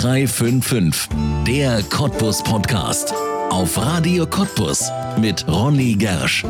0355, der Cottbus Podcast. Auf Radio Cottbus mit Ronny Gersch.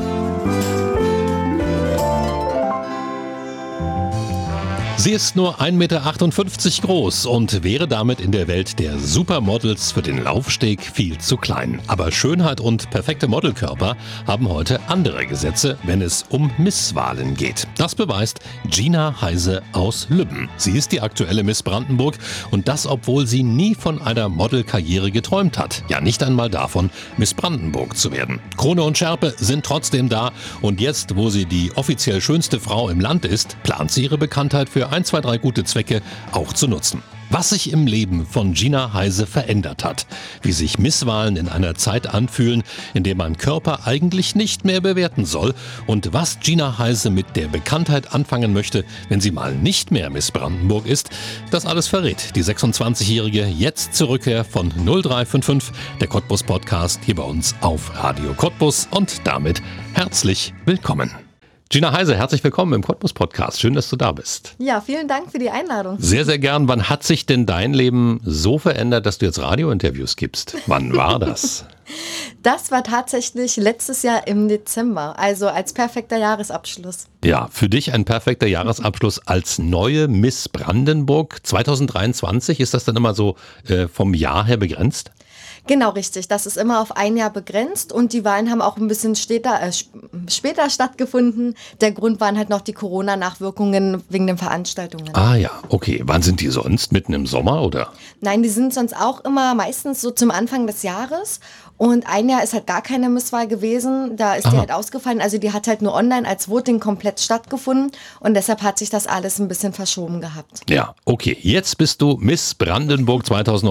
Sie ist nur 1,58 Meter groß und wäre damit in der Welt der Supermodels für den Laufsteg viel zu klein. Aber Schönheit und perfekte Modelkörper haben heute andere Gesetze, wenn es um Misswahlen geht. Das beweist Gina Heise aus Lübben. Sie ist die aktuelle Miss Brandenburg und das, obwohl sie nie von einer Modelkarriere geträumt hat. Ja, nicht einmal davon, Miss Brandenburg zu werden. Krone und Schärpe sind trotzdem da und jetzt, wo sie die offiziell schönste Frau im Land ist, plant sie ihre Bekanntheit für 1, 2, 3 gute Zwecke auch zu nutzen. Was sich im Leben von Gina Heise verändert hat, wie sich Misswahlen in einer Zeit anfühlen, in der man Körper eigentlich nicht mehr bewerten soll und was Gina Heise mit der Bekanntheit anfangen möchte, wenn sie mal nicht mehr Miss Brandenburg ist, das alles verrät die 26-Jährige jetzt zur Rückkehr von 0355, der Cottbus Podcast hier bei uns auf Radio Cottbus und damit herzlich willkommen. Gina Heise, herzlich willkommen im Cottbus Podcast. Schön, dass du da bist. Ja, vielen Dank für die Einladung. Sehr, sehr gern. Wann hat sich denn dein Leben so verändert, dass du jetzt Radiointerviews gibst? Wann war das? Das war tatsächlich letztes Jahr im Dezember, also als perfekter Jahresabschluss. Ja, für dich ein perfekter Jahresabschluss als neue Miss Brandenburg 2023. Ist das dann immer so vom Jahr her begrenzt? Genau, richtig. Das ist immer auf ein Jahr begrenzt und die Wahlen haben auch ein bisschen später stattgefunden. Der Grund waren halt noch die Corona-Nachwirkungen wegen den Veranstaltungen. Ah ja, okay. Wann sind die sonst? Mitten im Sommer oder? Nein, die sind sonst auch immer meistens so zum Anfang des Jahres. Und ein Jahr ist halt gar keine Misswahl gewesen. Da ist die halt ausgefallen. Also die hat halt nur online als Voting komplett stattgefunden. Und deshalb hat sich das alles ein bisschen verschoben gehabt. Ja, okay. Jetzt bist du Miss Brandenburg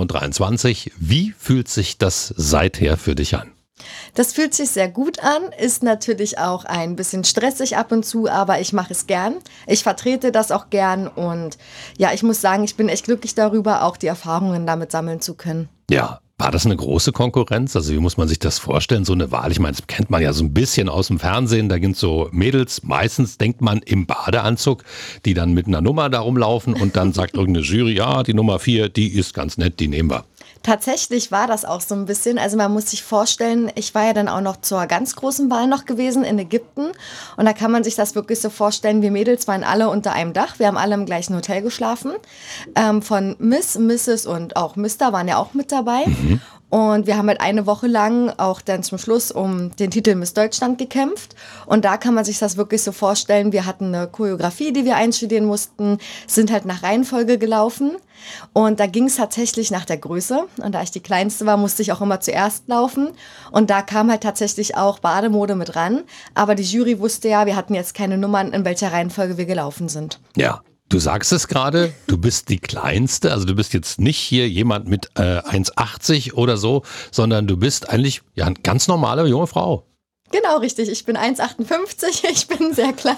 2023. Wie fühlt sich das seither für dich an? Das fühlt sich sehr gut an, ist natürlich auch ein bisschen stressig ab und zu, aber ich mache es gern. Ich vertrete das auch gern und ja, ich muss sagen, ich bin echt glücklich darüber, auch die Erfahrungen damit sammeln zu können. Ja. War das eine große Konkurrenz? Also wie muss man sich das vorstellen, so eine Wahl? Ich meine, das kennt man ja so ein bisschen aus dem Fernsehen. Da gibt es so Mädels, meistens denkt man im Badeanzug, die dann mit einer Nummer da rumlaufen und dann sagt irgendeine Jury, ja, die Nummer 4, die ist ganz nett, die nehmen wir. Tatsächlich war das auch so ein bisschen, also man muss sich vorstellen, ich war ja dann auch noch zur ganz großen Wahl noch gewesen in Ägypten und da kann man sich das wirklich so vorstellen, wir Mädels waren alle unter einem Dach, wir haben alle im gleichen Hotel geschlafen, von Miss, Mrs. und auch Mister waren ja auch mit dabei. Und wir haben halt eine Woche lang auch dann zum Schluss um den Titel Miss Deutschland gekämpft. Und da kann man sich das wirklich so vorstellen, wir hatten eine Choreografie, die wir einstudieren mussten, sind halt nach Reihenfolge gelaufen. Und da ging es tatsächlich nach der Größe. Und da ich die Kleinste war, musste ich auch immer zuerst laufen. Und da kam halt tatsächlich auch Bademode mit ran. Aber die Jury wusste ja, wir hatten jetzt keine Nummern, in welcher Reihenfolge wir gelaufen sind. Ja. Du sagst es gerade, du bist die Kleinste, also du bist jetzt nicht hier jemand mit 1,80 oder so, sondern du bist eigentlich ja eine ganz normale junge Frau. Genau, richtig. Ich bin 1,58, ich bin sehr klein.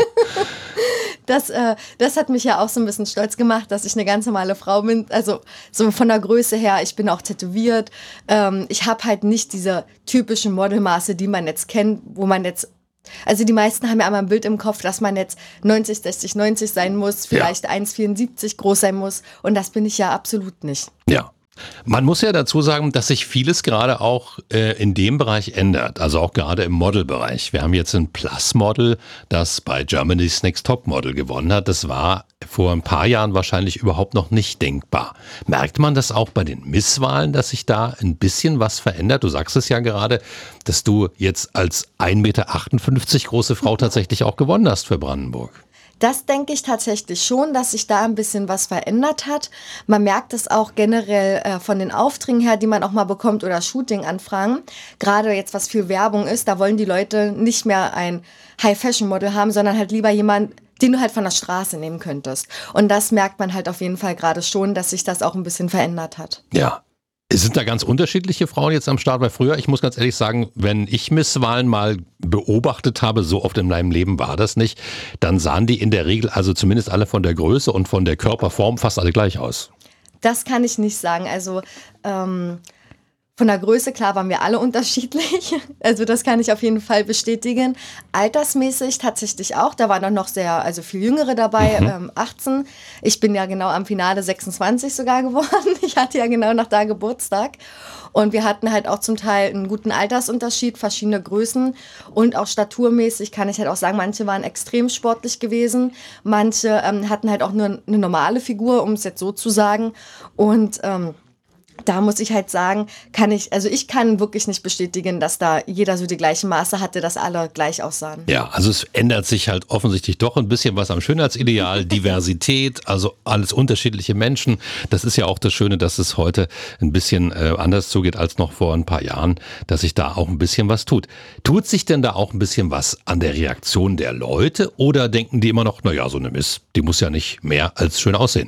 Das hat mich ja auch so ein bisschen stolz gemacht, dass ich eine ganz normale Frau bin. Also so von der Größe her, ich bin auch tätowiert. Ich habe halt nicht diese typischen Modelmaße, die man jetzt kennt, wo man jetzt... Also die meisten haben ja einmal ein Bild im Kopf, dass man jetzt 90, 60, 90 sein muss, vielleicht 1,74 groß sein muss. Und das bin ich ja absolut nicht. Ja. Man muss ja dazu sagen, dass sich vieles gerade auch in dem Bereich ändert, also auch gerade im Modelbereich. Wir haben jetzt ein Plus-Model, das bei Germany's Next Top-Model gewonnen hat. Das war vor ein paar Jahren wahrscheinlich überhaupt noch nicht denkbar. Merkt man das auch bei den Misswahlen, dass sich da ein bisschen was verändert? Du sagst es ja gerade, dass du jetzt als 1,58 Meter große Frau tatsächlich auch gewonnen hast für Brandenburg. Das denke ich tatsächlich schon, dass sich da ein bisschen was verändert hat. Man merkt es auch generell von den Aufträgen her, die man auch mal bekommt oder Shooting-Anfragen. Gerade jetzt, was viel Werbung ist, da wollen die Leute nicht mehr ein High-Fashion-Model haben, sondern halt lieber jemand, den du halt von der Straße nehmen könntest. Und das merkt man halt auf jeden Fall gerade schon, dass sich das auch ein bisschen verändert hat. Ja. Sind da ganz unterschiedliche Frauen jetzt am Start? Weil früher, ich muss ganz ehrlich sagen, wenn ich Misswahlen mal beobachtet habe, so oft in meinem Leben war das nicht, dann sahen die in der Regel, also zumindest alle von der Größe und von der Körperform, fast alle gleich aus. Das kann ich nicht sagen. Also Von der Größe, klar, waren wir alle unterschiedlich. Also das kann ich auf jeden Fall bestätigen. Altersmäßig tatsächlich auch. Da waren dann noch viel Jüngere dabei, 18. Ich bin ja genau am Finale 26 sogar geworden. Ich hatte ja genau noch da Geburtstag. Und wir hatten halt auch zum Teil einen guten Altersunterschied, verschiedene Größen. Und auch staturmäßig kann ich halt auch sagen, manche waren extrem sportlich gewesen. Manche hatten halt auch nur eine normale Figur, um es jetzt so zu sagen. Und da muss ich halt sagen, ich kann wirklich nicht bestätigen, dass da jeder so die gleichen Maße hatte, dass alle gleich aussahen. Ja, also es ändert sich halt offensichtlich doch ein bisschen was am Schönheitsideal, Diversität, also alles unterschiedliche Menschen. Das ist ja auch das Schöne, dass es heute ein bisschen anders zugeht als noch vor ein paar Jahren, dass sich da auch ein bisschen was tut. Tut sich denn da auch ein bisschen was an der Reaktion der Leute oder denken die immer noch, naja, so eine Miss, die muss ja nicht mehr als schön aussehen?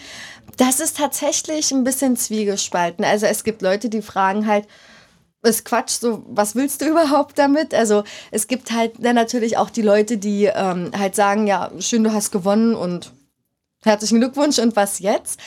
Das ist tatsächlich ein bisschen zwiegespalten. Also es gibt Leute, die fragen halt, ist Quatsch, so, was willst du überhaupt damit? Also es gibt halt dann natürlich auch die Leute, die halt sagen, ja, schön, du hast gewonnen und herzlichen Glückwunsch und was jetzt?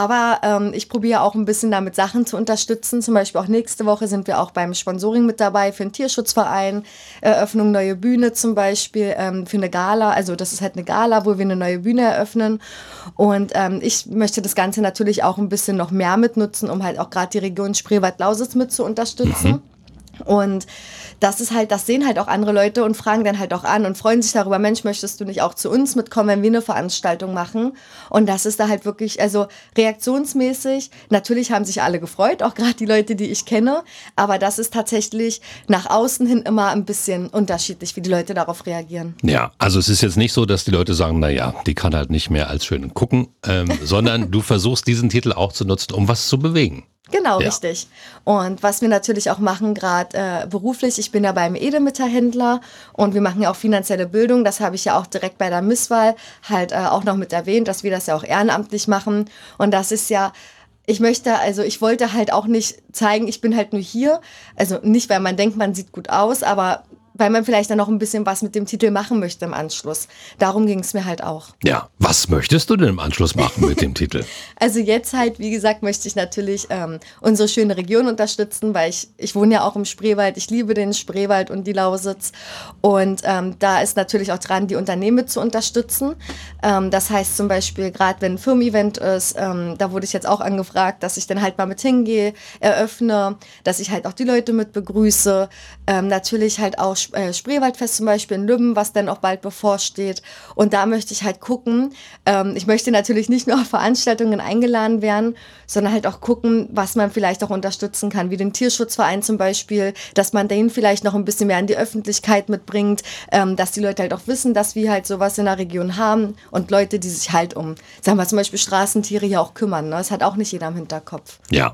Aber ich probiere auch ein bisschen damit Sachen zu unterstützen. Zum Beispiel auch nächste Woche sind wir auch beim Sponsoring mit dabei für einen Tierschutzverein, Eröffnung neue Bühne zum Beispiel für eine Gala. Also das ist halt eine Gala, wo wir eine neue Bühne eröffnen. Und ich möchte das Ganze natürlich auch ein bisschen noch mehr mitnutzen, um halt auch gerade die Region Spreewald-Lausitz mit zu unterstützen. Und das sehen halt auch andere Leute und fragen dann halt auch an und freuen sich darüber, Mensch, möchtest du nicht auch zu uns mitkommen, wenn wir eine Veranstaltung machen? Und das ist da halt wirklich, also reaktionsmäßig, natürlich haben sich alle gefreut, auch gerade die Leute, die ich kenne, aber das ist tatsächlich nach außen hin immer ein bisschen unterschiedlich, wie die Leute darauf reagieren. Ja, also es ist jetzt nicht so, dass die Leute sagen, naja, die kann halt nicht mehr als schön gucken, sondern du versuchst diesen Titel auch zu nutzen, um was zu bewegen. Genau, ja. Richtig. Und was wir natürlich auch machen, gerade beruflich, ich bin ja beim Edelmetallhändler und wir machen ja auch finanzielle Bildung. Das habe ich ja auch direkt bei der Misswahl halt auch noch mit erwähnt, dass wir das ja auch ehrenamtlich machen. Und das ist ja, ich wollte halt auch nicht zeigen, ich bin halt nur hier. Also nicht, weil man denkt, man sieht gut aus, aber weil man vielleicht dann noch ein bisschen was mit dem Titel machen möchte im Anschluss. Darum ging es mir halt auch. Ja, was möchtest du denn im Anschluss machen mit dem Titel? Also jetzt halt, wie gesagt, möchte ich natürlich unsere schöne Region unterstützen, weil ich wohne ja auch im Spreewald. Ich liebe den Spreewald und die Lausitz. Und da ist natürlich auch dran, die Unternehmen mit zu unterstützen. Das heißt zum Beispiel, gerade wenn ein Firmen-Event ist, da wurde ich jetzt auch angefragt, dass ich dann halt mal mit hingehe, eröffne, dass ich halt auch die Leute mit begrüße. Natürlich halt auch Spreewaldfest zum Beispiel in Lübben, was dann auch bald bevorsteht. Und da möchte ich halt gucken, ich möchte natürlich nicht nur auf Veranstaltungen eingeladen werden, sondern halt auch gucken, was man vielleicht auch unterstützen kann, wie den Tierschutzverein zum Beispiel, dass man den vielleicht noch ein bisschen mehr in die Öffentlichkeit mitbringt, dass die Leute halt auch wissen, dass wir halt sowas in der Region haben und Leute, die sich halt um, sagen wir zum Beispiel Straßentiere ja auch kümmern. Ne? Das hat auch nicht jeder im Hinterkopf. Ja.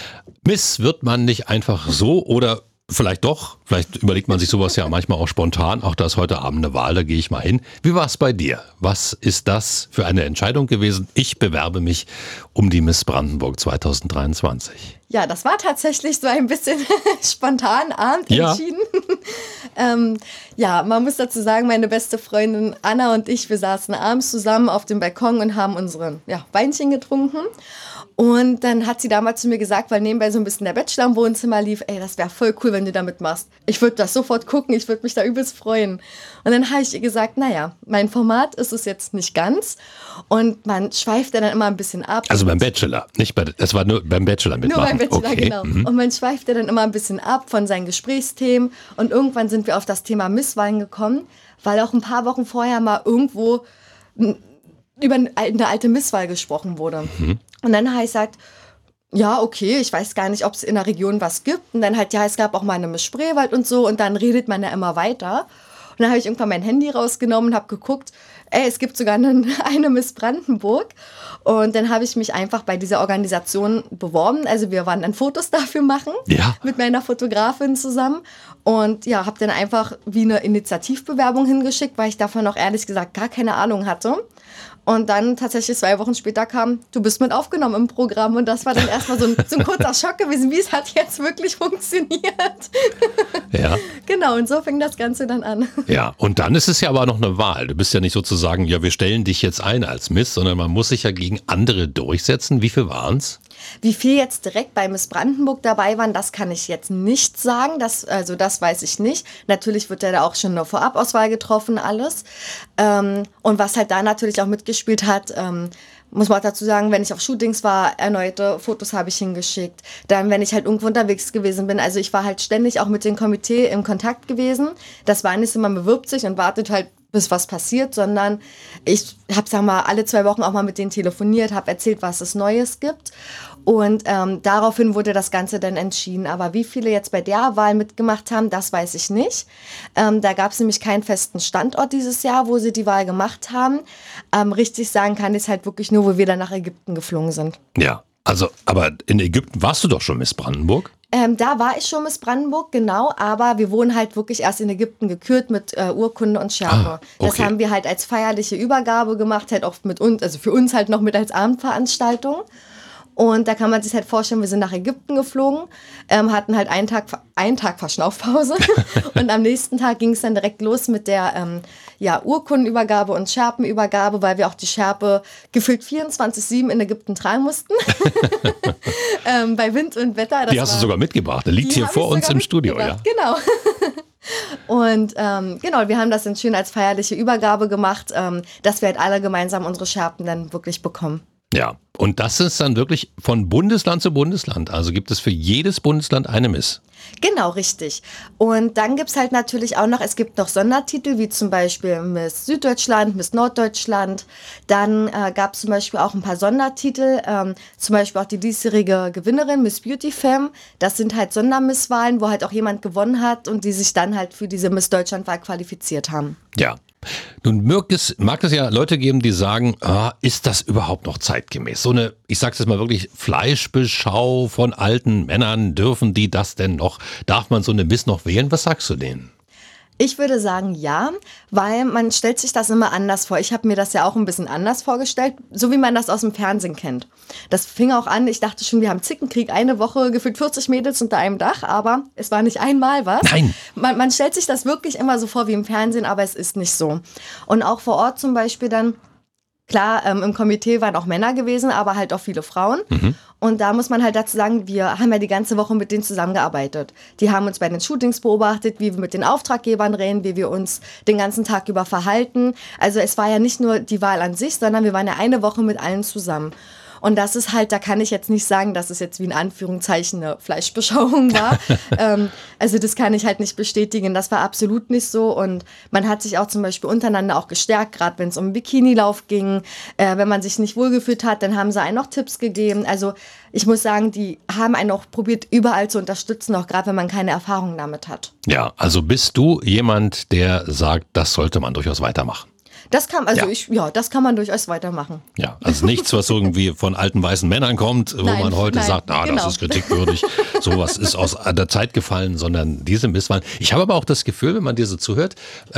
Miss wird man nicht einfach so oder vielleicht doch, vielleicht überlegt man sich sowas ja manchmal auch spontan. Auch da ist heute Abend eine Wahl, da gehe ich mal hin. Wie war es bei dir? Was ist das für eine Entscheidung gewesen? Ich bewerbe mich um die Miss Brandenburg 2023. Ja, das war tatsächlich so ein bisschen spontan abend entschieden. Ja, man muss dazu sagen, meine beste Freundin Anna und ich, wir saßen abends zusammen auf dem Balkon und haben unsere Weinchen getrunken. Und dann hat sie damals zu mir gesagt, weil nebenbei so ein bisschen der Bachelor im Wohnzimmer lief, ey, das wäre voll cool, wenn du da mitmachst. Ich würde das sofort gucken, ich würde mich da übelst freuen. Und dann habe ich ihr gesagt, naja, mein Format ist es jetzt nicht ganz. Und man schweift ja dann immer ein bisschen ab. Also beim Bachelor, es war nur beim Bachelor mitmachen. Nur beim Bachelor, okay. Genau. Und man schweift ja dann immer ein bisschen ab von seinen Gesprächsthemen. Und irgendwann sind wir auf das Thema Misswahlen gekommen, weil auch ein paar Wochen vorher mal irgendwo über eine alte Misswahl gesprochen wurde. Und dann habe ich gesagt, ja, okay, ich weiß gar nicht, ob es in der Region was gibt. Und dann halt, ja, es gab auch mal eine Miss Spreewald und so. Und dann redet man ja immer weiter. Und dann habe ich irgendwann mein Handy rausgenommen und habe geguckt, es gibt sogar eine Miss Brandenburg. Und dann habe ich mich einfach bei dieser Organisation beworben. Also wir waren dann Fotos dafür machen, mit meiner Fotografin zusammen. Und ja, habe dann einfach wie eine Initiativbewerbung hingeschickt, weil ich davon auch ehrlich gesagt gar keine Ahnung hatte. Und dann tatsächlich 2 Wochen später kam, du bist mit aufgenommen im Programm. Und das war dann erstmal so ein kurzer Schock gewesen, wie es hat jetzt wirklich funktioniert. Ja. Genau, und so fing das Ganze dann an. Ja, und dann ist es ja aber noch eine Wahl. Du bist ja nicht sozusagen, ja, wir stellen dich jetzt ein als Miss, sondern man muss sich ja gegen andere durchsetzen. Wie viel waren es? Wie viel jetzt direkt bei Miss Brandenburg dabei waren, das kann ich jetzt nicht sagen. Das weiß ich nicht. Natürlich wird ja da auch schon eine Vorabauswahl getroffen, alles. Und was halt da natürlich auch mitgespielt hat, muss man auch dazu sagen, wenn ich auf Shootings war, erneute Fotos habe ich hingeschickt. Dann, wenn ich halt irgendwo unterwegs gewesen bin, also ich war halt ständig auch mit dem Komitee im Kontakt gewesen. Das war nicht so, man bewirbt sich und wartet halt, bis was passiert, sondern ich habe, alle 2 Wochen auch mal mit denen telefoniert, habe erzählt, was es Neues gibt. Und daraufhin wurde das Ganze dann entschieden. Aber wie viele jetzt bei der Wahl mitgemacht haben, das weiß ich nicht. Da gab es nämlich keinen festen Standort dieses Jahr, wo sie die Wahl gemacht haben. Richtig sagen kann ich es halt wirklich nur, wo wir dann nach Ägypten geflogen sind. Ja, also, aber in Ägypten warst du doch schon Miss Brandenburg? Da war ich schon Miss Brandenburg, genau, aber wir wurden halt wirklich erst in Ägypten gekürt mit Urkunde und Schärpe. Okay. Das haben wir halt als feierliche Übergabe gemacht, halt auch mit uns, also für uns halt noch mit als Abendveranstaltung. Und da kann man sich halt vorstellen, wir sind nach Ägypten geflogen, hatten halt einen Tag Verschnaufpause und am nächsten Tag ging es dann direkt los mit der Urkundenübergabe und Schärpenübergabe, weil wir auch die Schärpe gefühlt 24/7 in Ägypten tragen mussten. Bei Wind und Wetter. Die hast du sogar mitgebracht, der liegt hier vor uns im Studio. Ja. Genau. Und wir haben das dann schön als feierliche Übergabe gemacht, dass wir halt alle gemeinsam unsere Schärpen dann wirklich bekommen. Ja, und das ist dann wirklich von Bundesland zu Bundesland. Also gibt es für jedes Bundesland eine Miss. Genau, richtig. Und dann gibt es halt natürlich auch noch, es gibt noch Sondertitel, wie zum Beispiel Miss Süddeutschland, Miss Norddeutschland. Dann gab es zum Beispiel auch ein paar Sondertitel, zum Beispiel auch die diesjährige Gewinnerin, Miss Beauty Femme. Das sind halt Sondermisswahlen, wo halt auch jemand gewonnen hat und die sich dann halt für diese Miss Deutschland-Wahl qualifiziert haben. Ja. Nun mag es ja Leute geben, die sagen, ist das überhaupt noch zeitgemäß? So eine, ich sag's jetzt mal wirklich, Fleischbeschau von alten Männern, dürfen die das denn noch? Darf man so eine Miss noch wählen? Was sagst du denen? Ich würde sagen, ja, weil man stellt sich das immer anders vor. Ich habe mir das ja auch ein bisschen anders vorgestellt, so wie man das aus dem Fernsehen kennt. Das fing auch an, ich dachte schon, wir haben Zickenkrieg, eine Woche gefühlt 40 Mädels unter einem Dach, aber es war nicht einmal was. Nein. Man stellt sich das wirklich immer so vor wie im Fernsehen, aber es ist nicht so. Und auch vor Ort zum Beispiel dann, klar, im Komitee waren auch Männer gewesen, aber halt auch viele Frauen. Mhm. Und da muss man halt dazu sagen, wir haben ja die ganze Woche mit denen zusammengearbeitet. Die haben uns bei den Shootings beobachtet, wie wir mit den Auftraggebern reden, wie wir uns den ganzen Tag über verhalten. Also es war ja nicht nur die Wahl an sich, sondern wir waren ja eine Woche mit allen zusammen. Und das ist halt, da kann ich jetzt nicht sagen, dass es jetzt wie in Anführungszeichen eine Fleischbeschauung war. Also das kann ich halt nicht bestätigen. Das war absolut nicht so. Und man hat sich auch zum Beispiel untereinander auch gestärkt, gerade wenn es um Bikinilauf ging. Wenn man sich nicht wohlgefühlt hat, dann haben sie einen noch Tipps gegeben. Also ich muss sagen, die haben einen auch probiert, überall zu unterstützen, auch gerade wenn man keine Erfahrung damit hat. Ja, also bist du jemand, der sagt, das sollte man durchaus weitermachen? Das kann, das kann man durchaus weitermachen. Ja, also nichts, was irgendwie von alten weißen Männern kommt, wo man heute sagt, das ist kritikwürdig, sowas ist aus der Zeit gefallen, sondern diese Misswahlen. Ich habe aber auch das Gefühl, wenn man dir so zuhört,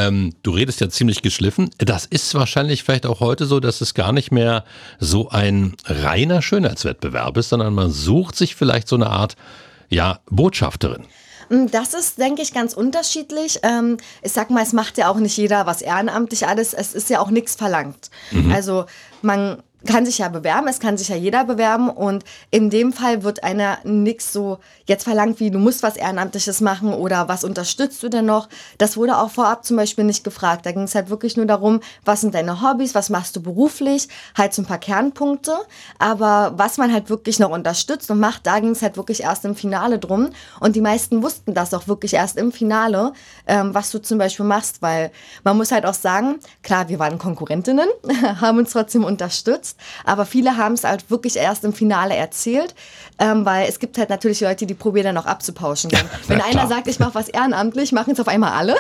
du redest ja ziemlich geschliffen, das ist wahrscheinlich vielleicht auch heute so, dass es gar nicht mehr so ein reiner Schönheitswettbewerb ist, sondern man sucht sich vielleicht so eine Art, Botschafterin. Das ist, denke ich, ganz unterschiedlich. Ich sag mal, es macht ja auch nicht jeder was ehrenamtlich alles. Es ist ja auch nichts verlangt. Mhm. Also man kann sich ja bewerben, es kann sich ja jeder bewerben und in dem Fall wird einer nichts so jetzt verlangt, wie du musst was Ehrenamtliches machen oder was unterstützt du denn noch. Das wurde auch vorab zum Beispiel nicht gefragt. Da ging es halt wirklich nur darum, was sind deine Hobbys, was machst du beruflich, halt so ein paar Kernpunkte. Aber was man halt wirklich noch unterstützt und macht, da ging es halt wirklich erst im Finale drum. Und die meisten wussten das auch wirklich erst im Finale, was du zum Beispiel machst, weil man muss halt auch sagen, klar, wir waren Konkurrentinnen, haben uns trotzdem unterstützt. Aber viele haben es halt wirklich erst im Finale erzählt, weil es gibt halt natürlich Leute, die probieren dann auch abzupauschen. Wenn einer sagt, ich mache was ehrenamtlich, machen es auf einmal alle.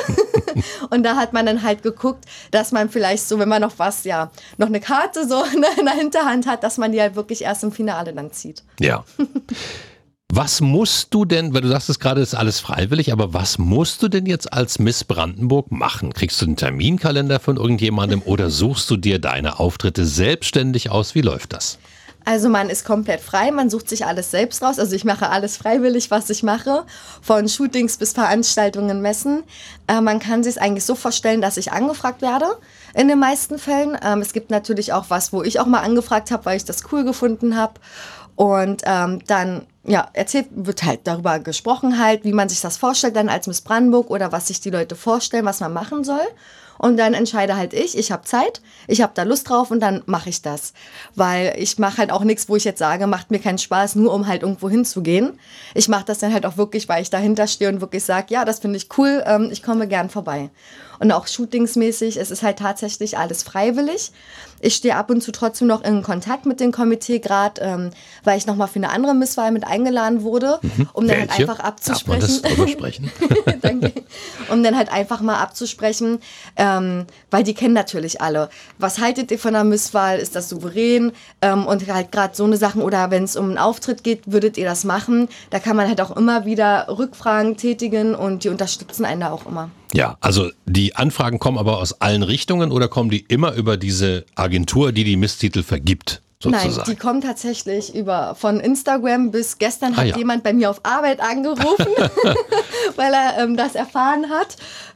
Und da hat man dann halt geguckt, dass man vielleicht so, wenn man noch was, noch eine Karte so in der Hinterhand hat, dass man die halt wirklich erst im Finale dann zieht. Ja. Was musst du denn, weil du sagst es gerade, ist alles freiwillig, aber was musst du denn jetzt als Miss Brandenburg machen? Kriegst du einen Terminkalender von irgendjemandem oder suchst du dir deine Auftritte selbstständig aus? Wie läuft das? Also man ist komplett frei, man sucht sich alles selbst raus. Also ich mache alles freiwillig, was ich mache, von Shootings bis Veranstaltungen, Messen. Man kann sich es eigentlich so vorstellen, dass ich angefragt werde in den meisten Fällen. Es gibt natürlich auch was, wo ich auch mal angefragt habe, weil ich das cool gefunden habe. Und dann wird halt darüber gesprochen halt, wie man sich das vorstellt dann als Miss Brandenburg oder was sich die Leute vorstellen, was man machen soll. Und dann entscheide halt ich habe Zeit, ich habe da Lust drauf und dann mache ich das. Weil ich mache halt auch nichts, wo ich jetzt sage, macht mir keinen Spaß, nur um halt irgendwo hinzugehen. Ich mache das dann halt auch wirklich, weil ich dahinter stehe und wirklich sage, ja, das finde ich cool, ich komme gern vorbei. Und auch shootingsmäßig, es ist halt tatsächlich alles freiwillig. Ich stehe ab und zu trotzdem noch in Kontakt mit dem Komitee, gerade weil ich nochmal für eine andere Misswahl mit eingeladen wurde, um dann halt einfach abzusprechen. Darf man das drüber sprechen? Danke. Um dann halt einfach mal abzusprechen, weil die kennen natürlich alle. Was haltet ihr von der Misswahl? Ist das souverän? Und halt gerade so eine Sachen, oder wenn es um einen Auftritt geht, würdet ihr das machen? Da kann man halt auch immer wieder Rückfragen tätigen und die unterstützen einen da auch immer. Ja, also die Anfragen kommen aber aus allen Richtungen oder kommen die immer über diese Agentur, die Misstitel vergibt, sozusagen? Nein, die kommen tatsächlich von Instagram bis gestern hat jemand bei mir auf Arbeit angerufen, weil er das erfahren hat.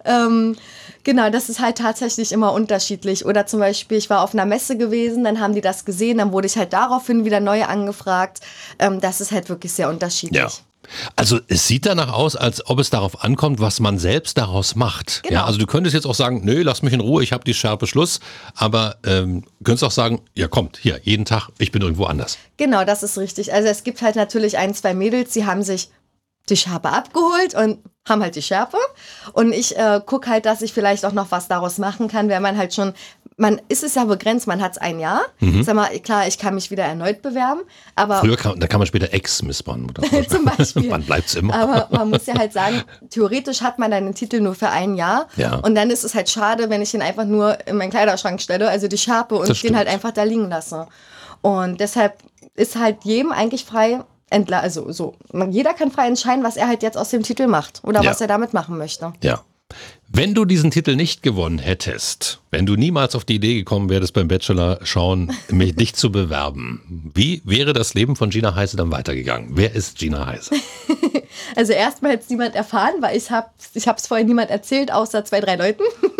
Genau, das ist halt tatsächlich immer unterschiedlich. Oder zum Beispiel, ich war auf einer Messe gewesen, dann haben die das gesehen, dann wurde ich halt daraufhin wieder neu angefragt. Das ist halt wirklich sehr unterschiedlich. Ja. Also es sieht danach aus, als ob es darauf ankommt, was man selbst daraus macht. Genau. Ja, also du könntest jetzt auch sagen, nö, lass mich in Ruhe, ich habe die Schärpe, Schluss. Aber könntest auch sagen, ja kommt, hier, jeden Tag, ich bin irgendwo anders. Genau, das ist richtig. Also es gibt halt natürlich 1, 2 Mädels, die haben sich die Schärpe abgeholt und haben halt die Schärpe. Und ich gucke halt, dass ich vielleicht auch noch was daraus machen kann, wenn man halt schon, ist es ja begrenzt, man hat es 1 Jahr. Sag mal, klar, ich kann mich wieder erneut bewerben, aber... Da kann man später Ex-Miss Brandenburg. Zum Beispiel. Man bleibt es immer. Aber man muss ja halt sagen, theoretisch hat man dann den Titel nur für 1 Jahr. Ja. Und dann ist es halt schade, wenn ich ihn einfach nur in meinen Kleiderschrank stelle, also die Schärpe, und den halt einfach da liegen lasse. Und deshalb ist halt jedem eigentlich frei, also so, jeder kann frei entscheiden, was er halt jetzt aus dem Titel macht oder was er damit machen möchte. Ja. Wenn du diesen Titel nicht gewonnen hättest, wenn du niemals auf die Idee gekommen wärst, beim Bachelor schauen, dich zu bewerben, wie wäre das Leben von Gina Heise dann weitergegangen? Wer ist Gina Heise? Also erstmal hätte es niemand erfahren, weil ich hab's vorher niemand erzählt, außer 2, 3 Leuten.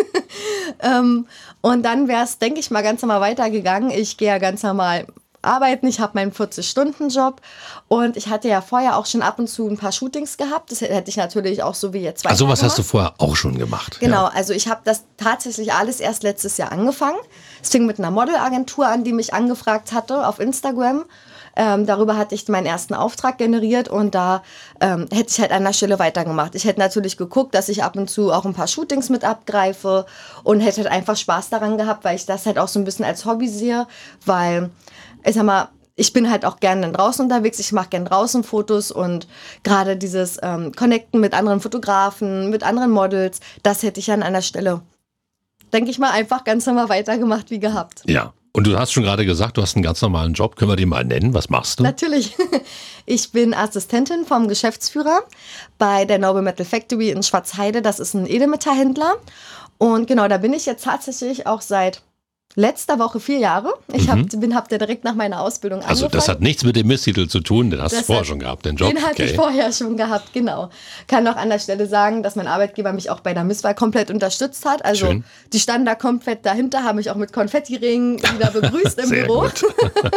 Und dann wäre es, denke ich mal, ganz normal weitergegangen. Ich gehe ja ganz normal arbeiten, ich habe meinen 40-Stunden-Job und ich hatte ja vorher auch schon ab und zu ein paar Shootings gehabt. Das hätte ich natürlich auch so wie jetzt weitergemacht. Also was hast du vorher auch schon gemacht? Genau, also ich habe das tatsächlich alles erst letztes Jahr angefangen. Es fing mit einer Modelagentur an, die mich angefragt hatte auf Instagram. Darüber hatte ich meinen ersten Auftrag generiert und da hätte ich halt an der Stelle weitergemacht. Ich hätte natürlich geguckt, dass ich ab und zu auch ein paar Shootings mit abgreife und hätte halt einfach Spaß daran gehabt, weil ich das halt auch so ein bisschen als Hobby sehe, weil ich sag mal, ich bin halt auch gerne draußen unterwegs, ich mache gerne draußen Fotos und gerade dieses Connecten mit anderen Fotografen, mit anderen Models, das hätte ich an einer Stelle, denke ich mal, einfach ganz normal weitergemacht wie gehabt. Ja. Und du hast schon gerade gesagt, du hast einen ganz normalen Job. Können wir den mal nennen? Was machst du? Natürlich. Ich bin Assistentin vom Geschäftsführer bei der Noble Metal Factory in Schwarzheide. Das ist ein Edelmetallhändler. Und genau, da bin ich jetzt tatsächlich auch seit letzter Woche 4 Jahre. Ich hab da direkt nach meiner Ausbildung angefangen. Also das hat nichts mit dem Misstitel zu tun, den hast du vorher schon gehabt, den Job. Den hatte ich vorher schon gehabt, genau. Kann auch an der Stelle sagen, dass mein Arbeitgeber mich auch bei der Misswahl komplett unterstützt hat. Also schön. Die standen da komplett dahinter, haben mich auch mit Konfettiringen wieder begrüßt im Büro. Gut.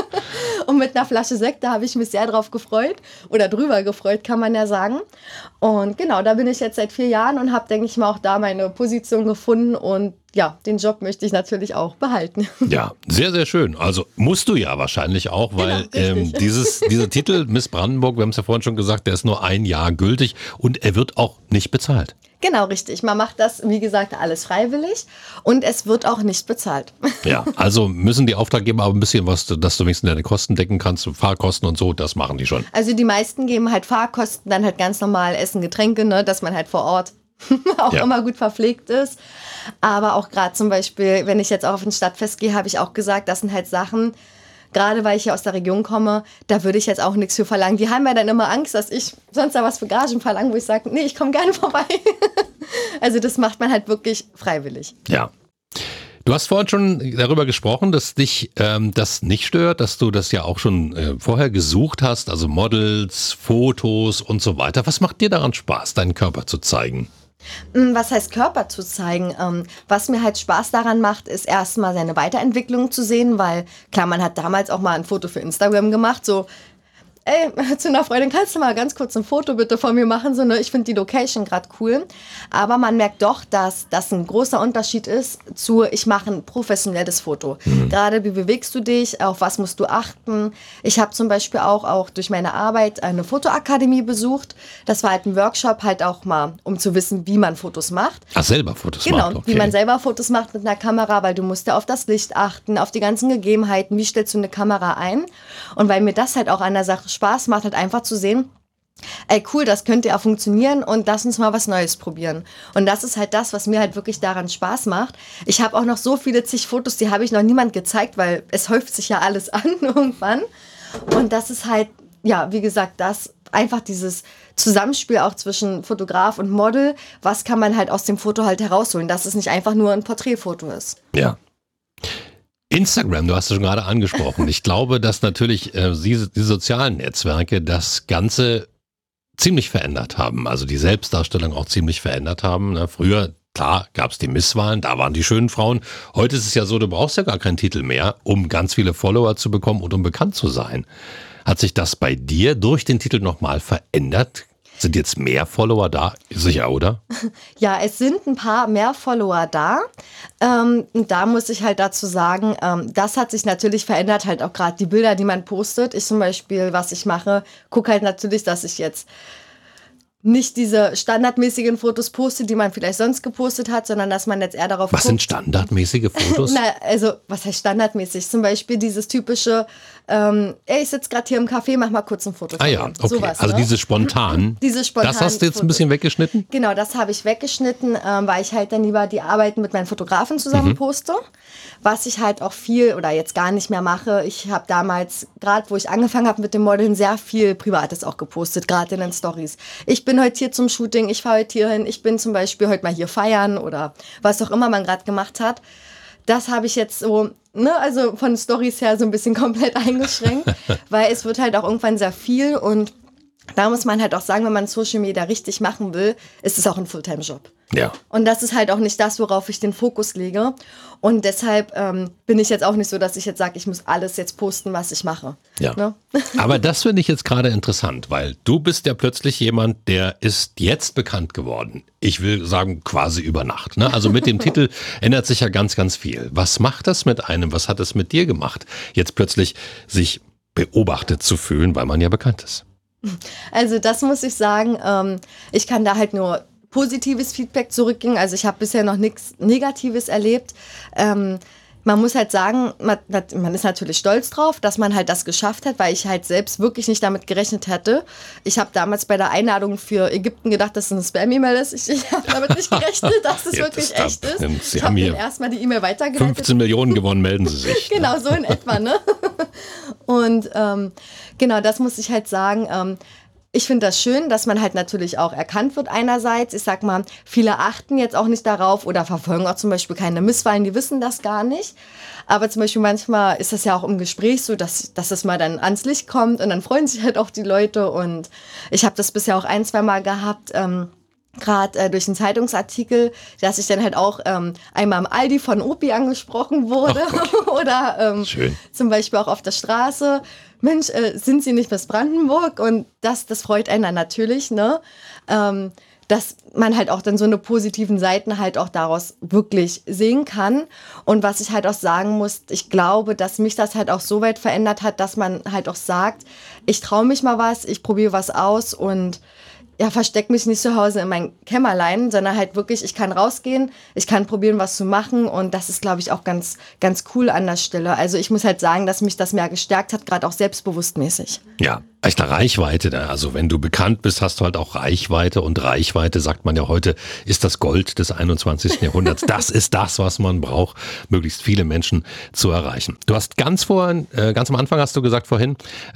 Und mit einer Flasche Sekt, da habe ich mich sehr drauf gefreut. Oder drüber gefreut, kann man ja sagen. Und genau, da bin ich jetzt seit 4 Jahren und habe, denke ich mal, auch da meine Position gefunden und ja, den Job möchte ich natürlich auch behalten. Ja, sehr, sehr schön. Also musst du ja wahrscheinlich auch, weil genau, dieser Titel Miss Brandenburg, wir haben es ja vorhin schon gesagt, der ist nur 1 Jahr gültig und er wird auch nicht bezahlt. Genau, richtig. Man macht das, wie gesagt, alles freiwillig und es wird auch nicht bezahlt. Ja, also müssen die Auftraggeber aber ein bisschen was, dass du wenigstens deine Kosten decken kannst, Fahrkosten und so, das machen die schon. Also die meisten geben halt Fahrkosten, dann halt ganz normal Essen, Getränke, ne, dass man halt vor Ort auch immer gut verpflegt ist. Aber auch gerade zum Beispiel, wenn ich jetzt auch auf ein Stadtfest gehe, habe ich auch gesagt, das sind halt Sachen, gerade weil ich hier aus der Region komme, da würde ich jetzt auch nichts für verlangen. Die haben ja dann immer Angst, dass ich sonst da was für Gagen verlange, wo ich sage, nee, ich komme gerne vorbei. Also das macht man halt wirklich freiwillig. Ja. Du hast vorhin schon darüber gesprochen, dass dich das nicht stört, dass du das ja auch schon vorher gesucht hast, also Models, Fotos und so weiter. Was macht dir daran Spaß, deinen Körper zu zeigen? Was heißt Körper zu zeigen? Was mir halt Spaß daran macht, ist erstmal seine Weiterentwicklung zu sehen, weil klar, man hat damals auch mal ein Foto für Instagram gemacht, so ey, zu einer Freundin, kannst du mal ganz kurz ein Foto bitte von mir machen? So, ne? Ich finde die Location gerade cool. Aber man merkt doch, dass das ein großer Unterschied ist zu, ich mache ein professionelles Foto. Gerade wie bewegst du dich, auf was musst du achten? Ich habe zum Beispiel auch durch meine Arbeit eine Fotoakademie besucht. Das war halt ein Workshop halt auch mal, um zu wissen, wie man Fotos macht. Ach, selber Fotos macht? Genau, wie man selber Fotos macht mit einer Kamera, weil du musst ja auf das Licht achten, auf die ganzen Gegebenheiten, wie stellst du eine Kamera ein? Und weil mir das halt auch an der Sache Spaß macht, halt einfach zu sehen, ey cool, das könnte ja funktionieren und lass uns mal was Neues probieren. Und das ist halt das, was mir halt wirklich daran Spaß macht. Ich habe auch noch so viele zig Fotos, die habe ich noch niemand gezeigt, weil es häuft sich ja alles an irgendwann. Und das ist halt, ja, wie gesagt, das einfach dieses Zusammenspiel auch zwischen Fotograf und Model. Was kann man halt aus dem Foto halt herausholen, dass es nicht einfach nur ein Porträtfoto ist. Ja. Instagram, du hast es schon gerade angesprochen. Ich glaube, dass natürlich diese sozialen Netzwerke das Ganze ziemlich verändert haben. Also die Selbstdarstellung auch ziemlich verändert haben. Ne? Früher, klar, gab es die Misswahlen, da waren die schönen Frauen. Heute ist es ja so, du brauchst ja gar keinen Titel mehr, um ganz viele Follower zu bekommen und um bekannt zu sein. Hat sich das bei dir durch den Titel nochmal verändert? Sind jetzt mehr Follower da? Sicher, oder? Ja, es sind ein paar mehr Follower da. Und da muss ich halt dazu sagen, das hat sich natürlich verändert, halt auch gerade die Bilder, die man postet. Ich zum Beispiel, was ich mache, gucke halt natürlich, dass ich jetzt nicht diese standardmäßigen Fotos poste, die man vielleicht sonst gepostet hat, sondern dass man jetzt eher darauf Was sind standardmäßige Fotos? Na, also, was heißt standardmäßig? Zum Beispiel dieses typische, ey, ich sitze gerade hier im Café, mach mal kurz ein Foto. Ah ja, okay. Sowas, also ne? diese spontan. Das hast du jetzt ein bisschen weggeschnitten? Genau, das habe ich weggeschnitten, weil ich halt dann lieber die Arbeiten mit meinen Fotografen zusammen poste. Was ich halt auch viel oder jetzt gar nicht mehr mache. Ich habe damals, gerade wo ich angefangen habe mit dem Modeln, sehr viel Privates auch gepostet, gerade in den Stories. Ich bin heute hier zum Shooting, ich fahre heute hier hin, ich bin zum Beispiel heute mal hier feiern oder was auch immer man gerade gemacht hat. Das habe ich jetzt so, ne, also von Stories her so ein bisschen komplett eingeschränkt, weil es wird halt auch irgendwann sehr viel und da muss man halt auch sagen, wenn man Social Media richtig machen will, ist es auch ein Fulltime-Job. Ja. Und das ist halt auch nicht das, worauf ich den Fokus lege. Und deshalb bin ich jetzt auch nicht so, dass ich jetzt sage, ich muss alles jetzt posten, was ich mache. Ja. Ne? Aber das finde ich jetzt gerade interessant, weil du bist ja plötzlich jemand, der ist jetzt bekannt geworden. Ich will sagen, quasi über Nacht. Ne? Also mit dem Titel ändert sich ja ganz, ganz viel. Was macht das mit einem? Was hat es mit dir gemacht, jetzt plötzlich sich beobachtet zu fühlen, weil man ja bekannt ist? Also das muss ich sagen, ich kann da halt nur positives Feedback zurückgeben. Also ich habe bisher noch nichts Negatives erlebt. Man muss halt sagen, man ist natürlich stolz drauf, dass man halt das geschafft hat, weil ich halt selbst wirklich nicht damit gerechnet hätte. Ich habe damals bei der Einladung für Ägypten gedacht, dass es eine Spam-E-Mail ist. Ich habe damit nicht gerechnet, dass es wirklich echt ist. Sie haben hier erstmal die E-Mail weitergeleitet. 15 Millionen gewonnen, melden Sie sich. Genau, so in etwa, ne? Und genau, das muss ich halt sagen. Ich finde das schön, dass man halt natürlich auch erkannt wird einerseits. Ich sag mal, viele achten jetzt auch nicht darauf oder verfolgen auch zum Beispiel keine Misswahlen, die wissen das gar nicht. Aber zum Beispiel manchmal ist das ja auch im Gespräch so, dass das mal dann ans Licht kommt und dann freuen sich halt auch die Leute. Und ich habe das bisher auch 1-2 Mal gehabt, gerade durch einen Zeitungsartikel, dass ich dann halt auch einmal am Aldi von Opi angesprochen wurde oder zum Beispiel auch auf der Straße. Mensch, sind Sie nicht aus Brandenburg? Und das freut einen dann natürlich, ne? Dass man halt auch dann so eine positiven Seiten halt auch daraus wirklich sehen kann. Und was ich halt auch sagen muss, ich glaube, dass mich das halt auch so weit verändert hat, dass man halt auch sagt, ich traue mich mal was, ich probiere was aus und ja, versteck mich nicht zu Hause in mein Kämmerlein, sondern halt wirklich, ich kann rausgehen, ich kann probieren, was zu machen und das ist, glaube ich, auch ganz, ganz cool an der Stelle. Also ich muss halt sagen, dass mich das mehr gestärkt hat, gerade auch selbstbewusstmäßig. Ja, echte Reichweite. Also wenn du bekannt bist, hast du halt auch Reichweite und Reichweite, sagt man ja heute, ist das Gold des 21. Jahrhunderts. Das ist das, was man braucht, möglichst viele Menschen zu erreichen. Du hast ganz am Anfang hast du gesagt vorhin,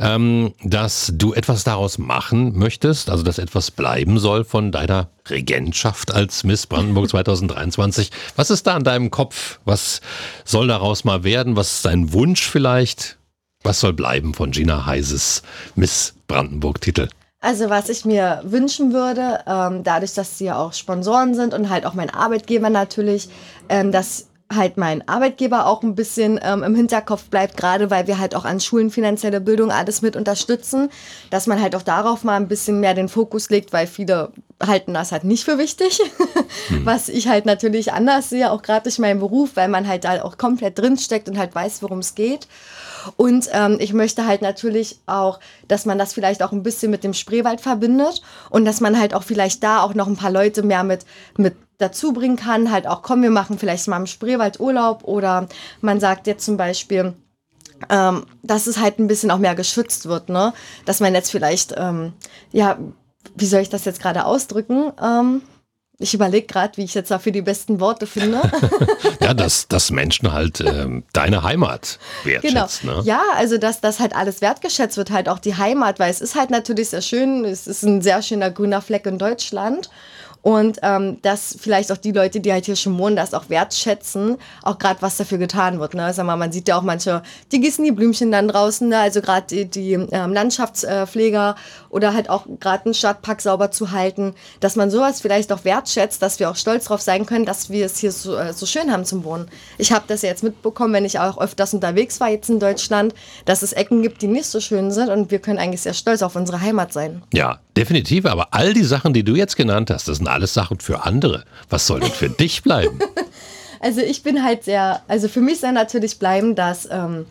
dass du etwas daraus machen möchtest, also dass etwas bleiben soll von deiner Regentschaft als Miss Brandenburg 2023. Was ist da in deinem Kopf? Was soll daraus mal werden? Was ist dein Wunsch vielleicht? Was soll bleiben von Gina Heises Miss Brandenburg-Titel? Also was ich mir wünschen würde, dadurch, dass sie ja auch Sponsoren sind und halt auch mein Arbeitgeber natürlich, dass halt mein Arbeitgeber auch ein bisschen im Hinterkopf bleibt, gerade weil wir halt auch an Schulen finanzielle Bildung alles mit unterstützen, dass man halt auch darauf mal ein bisschen mehr den Fokus legt, weil viele halten das halt nicht für wichtig, was ich halt natürlich anders sehe, auch gerade durch meinen Beruf, weil man halt da auch komplett drinsteckt und halt weiß, worum es geht. Und ich möchte halt natürlich auch, dass man das vielleicht auch ein bisschen mit dem Spreewald verbindet und dass man halt auch vielleicht da auch noch ein paar Leute mehr mit dazu bringen kann, halt auch, komm, wir machen vielleicht mal im Spreewald Urlaub oder man sagt jetzt zum Beispiel, dass es halt ein bisschen auch mehr geschützt wird, ne? Dass man jetzt vielleicht, wie soll ich das jetzt gerade ausdrücken? Ich überlege gerade, wie ich jetzt dafür die besten Worte finde. Ja, dass Menschen halt deine Heimat wertschätzen. Genau. Ne? Ja, also dass das halt alles wertgeschätzt wird, halt auch die Heimat, weil es ist halt natürlich sehr schön, es ist ein sehr schöner grüner Fleck in Deutschland. Und dass vielleicht auch die Leute, die halt hier schon wohnen, das auch wertschätzen, auch gerade was dafür getan wird. Ne? Sag mal, man sieht ja auch manche, die gießen die Blümchen dann draußen, ne? Also gerade die Landschaftspfleger oder halt auch gerade einen Stadtpark sauber zu halten, dass man sowas vielleicht auch wertschätzt, dass wir auch stolz drauf sein können, dass wir es hier so schön haben zum Wohnen. Ich habe das ja jetzt mitbekommen, wenn ich auch öfters unterwegs war jetzt in Deutschland, dass es Ecken gibt, die nicht so schön sind und wir können eigentlich sehr stolz auf unsere Heimat sein. Ja, definitiv, aber all die Sachen, die du jetzt genannt hast, das sind alles Sachen für andere. Was soll denn für dich bleiben? Also ich bin halt für mich soll natürlich bleiben, dass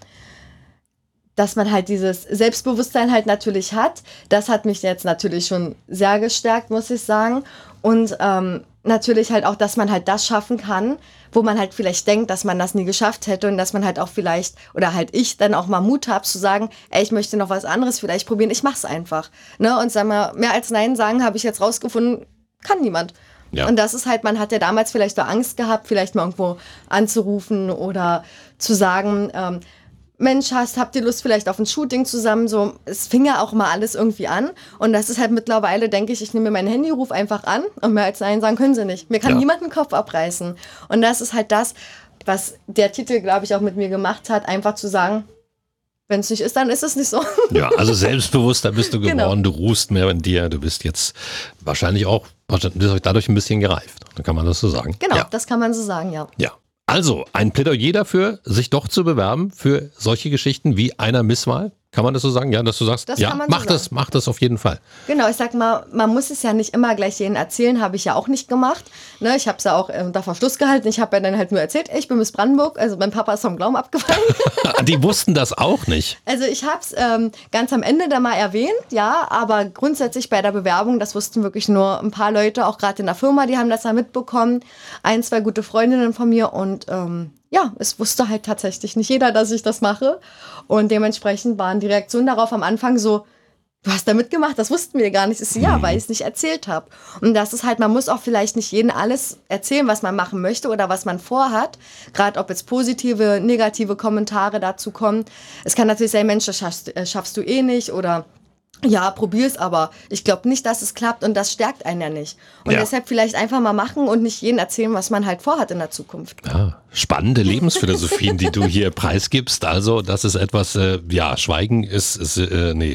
man halt dieses Selbstbewusstsein halt natürlich hat. Das hat mich jetzt natürlich schon sehr gestärkt, muss ich sagen. Und natürlich halt auch, dass man halt das schaffen kann, wo man halt vielleicht denkt, dass man das nie geschafft hätte und dass man halt auch vielleicht, oder halt ich dann auch mal Mut habe zu sagen, ey, ich möchte noch was anderes vielleicht probieren, ich mach's einfach. Ne? Und sag mal, mehr als Nein sagen, habe ich jetzt rausgefunden, kann niemand. Ja. Und das ist halt, man hat ja damals vielleicht so Angst gehabt, vielleicht mal irgendwo anzurufen oder zu sagen, Mensch, habt ihr Lust vielleicht auf ein Shooting zusammen? So, es fing ja auch mal alles irgendwie an. Und das ist halt mittlerweile, denke ich nehme mir mein Handy, ruf einfach an und mehr als Nein sagen können sie nicht. Mir kann niemand den Kopf abreißen. Und das ist halt das, was der Titel, glaube ich, auch mit mir gemacht hat, einfach zu sagen, wenn es nicht ist, dann ist es nicht so. Ja, also selbstbewusster bist du geworden, genau. Du ruhst mehr in dir, du bist jetzt wahrscheinlich dadurch ein bisschen gereift. Dann kann man das so sagen. Genau, ja. Das kann man so sagen, ja. Ja. Also, ein Plädoyer dafür, sich doch zu bewerben für solche Geschichten wie einer Misswahl? Kann man das so sagen? Ja, dass du sagst, ja, mach das auf jeden Fall. Genau, ich sag mal, man muss es ja nicht immer gleich jedem erzählen, habe ich ja auch nicht gemacht. Ne, ich habe es ja auch unter Verschluss gehalten. Ich habe ja dann halt nur erzählt, ich bin Miss Brandenburg, also mein Papa ist vom Glauben abgefallen. Die wussten das auch nicht. Also ich habe es ganz am Ende da mal erwähnt, ja, aber grundsätzlich bei der Bewerbung, das wussten wirklich nur ein paar Leute, auch gerade in der Firma, die haben das ja mitbekommen. 1, 2 gute Freundinnen von mir und es wusste halt tatsächlich nicht jeder, dass ich das mache. Und dementsprechend waren die Reaktionen darauf am Anfang so, du hast da mitgemacht, das wussten wir gar nicht. Ich so, ja, weil ich es nicht erzählt habe. Und das ist halt, man muss auch vielleicht nicht jedem alles erzählen, was man machen möchte oder was man vorhat. Gerade ob jetzt positive, negative Kommentare dazu kommen. Es kann natürlich sein, Mensch, das schaffst du eh nicht oder ja, probier's, aber ich glaube nicht, dass es klappt und das stärkt einen ja nicht. Und deshalb vielleicht einfach mal machen und nicht jedem erzählen, was man halt vorhat in der Zukunft. Ja, spannende Lebensphilosophien, die du hier preisgibst. Also, das ist etwas, Schweigen ist Reden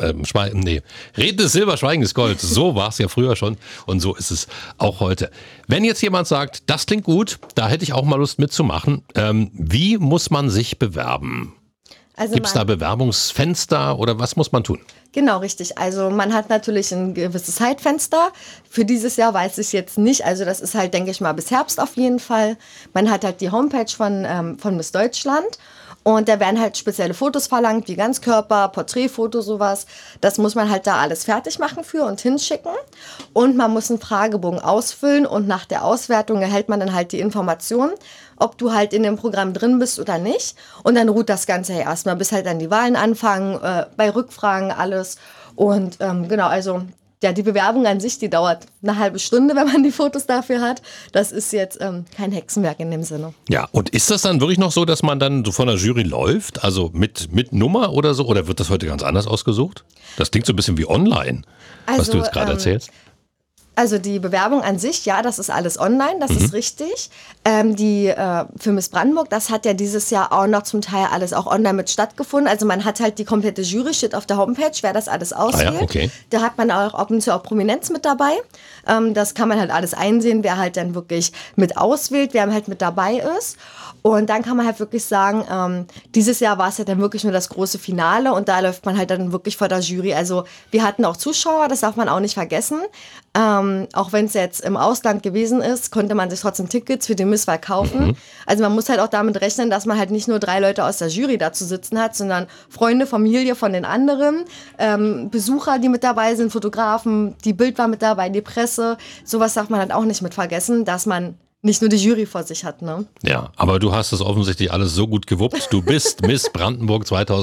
ist Silber, Schweigen ist Gold. So war es ja früher schon und so ist es auch heute. Wenn jetzt jemand sagt, das klingt gut, da hätte ich auch mal Lust mitzumachen, wie muss man sich bewerben? Also gibt es da Bewerbungsfenster oder was muss man tun? Genau, richtig. Also man hat natürlich ein gewisses Zeitfenster. Für dieses Jahr weiß ich jetzt nicht. Also das ist halt, denke ich mal, bis Herbst auf jeden Fall. Man hat halt die Homepage von Miss Deutschland. Und da werden halt spezielle Fotos verlangt, wie Ganzkörper, Porträtfoto, sowas. Das muss man halt da alles fertig machen für und hinschicken. Und man muss einen Fragebogen ausfüllen und nach der Auswertung erhält man dann halt die Information, ob du halt in dem Programm drin bist oder nicht. Und dann ruht das Ganze ja erstmal, bis halt dann die Wahlen anfangen, bei Rückfragen alles. Und also ja, die Bewerbung an sich, die dauert eine halbe Stunde, wenn man die Fotos dafür hat. Das ist jetzt kein Hexenwerk in dem Sinne. Ja, und ist das dann wirklich noch so, dass man dann so von der Jury läuft, also mit Nummer oder so? Oder wird das heute ganz anders ausgesucht? Das klingt so ein bisschen wie online, was du jetzt gerade erzählst. Also die Bewerbung an sich, ja, das ist alles online, das ist richtig. Die für Miss Brandenburg, das hat ja dieses Jahr auch noch zum Teil alles auch online mit stattgefunden. Also man hat halt die komplette Jury, steht auf der Homepage, wer das alles auswählt. Ja, okay. Da hat man auch ab und zu auch Prominenz mit dabei. Das kann man halt alles einsehen, wer halt dann wirklich mit auswählt, wer halt mit dabei ist. Und dann kann man halt wirklich sagen, dieses Jahr war es ja dann wirklich nur das große Finale und da läuft man halt dann wirklich vor der Jury. Also wir hatten auch Zuschauer, das darf man auch nicht vergessen. Auch wenn es jetzt im Ausland gewesen ist, konnte man sich trotzdem Tickets für die Misswahl kaufen. Also man muss halt auch damit rechnen, dass man halt nicht nur 3 Leute aus der Jury dazu sitzen hat, sondern Freunde, Familie von den anderen, Besucher, die mit dabei sind, Fotografen, die Bild war mit dabei, die Presse. Sowas darf man halt auch nicht mit vergessen, dass man nicht nur die Jury vor sich hat, ne? Ja, aber du hast es offensichtlich alles so gut gewuppt. Du bist Miss Brandenburg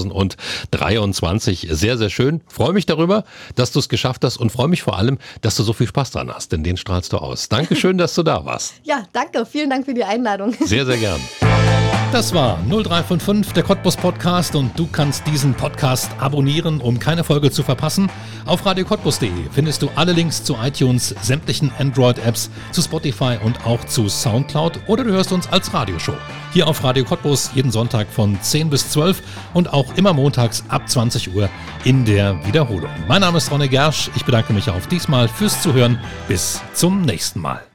2023. Sehr, sehr schön. Freue mich darüber, dass du es geschafft hast und freue mich vor allem, dass du so viel Spaß dran hast, denn den strahlst du aus. Dankeschön, dass du da warst. Ja, danke. Vielen Dank für die Einladung. Sehr, sehr gern. Das war 0355, der Cottbus Podcast und du kannst diesen Podcast abonnieren, um keine Folge zu verpassen. Auf radiocottbus.de findest du alle Links zu iTunes, sämtlichen Android-Apps, zu Spotify und auch zu Soundcloud oder du hörst uns als Radioshow. Hier auf Radio Cottbus jeden Sonntag von 10 bis 12 und auch immer montags ab 20 Uhr in der Wiederholung. Mein Name ist Ronny Gersch. Ich bedanke mich auch diesmal fürs Zuhören. Bis zum nächsten Mal.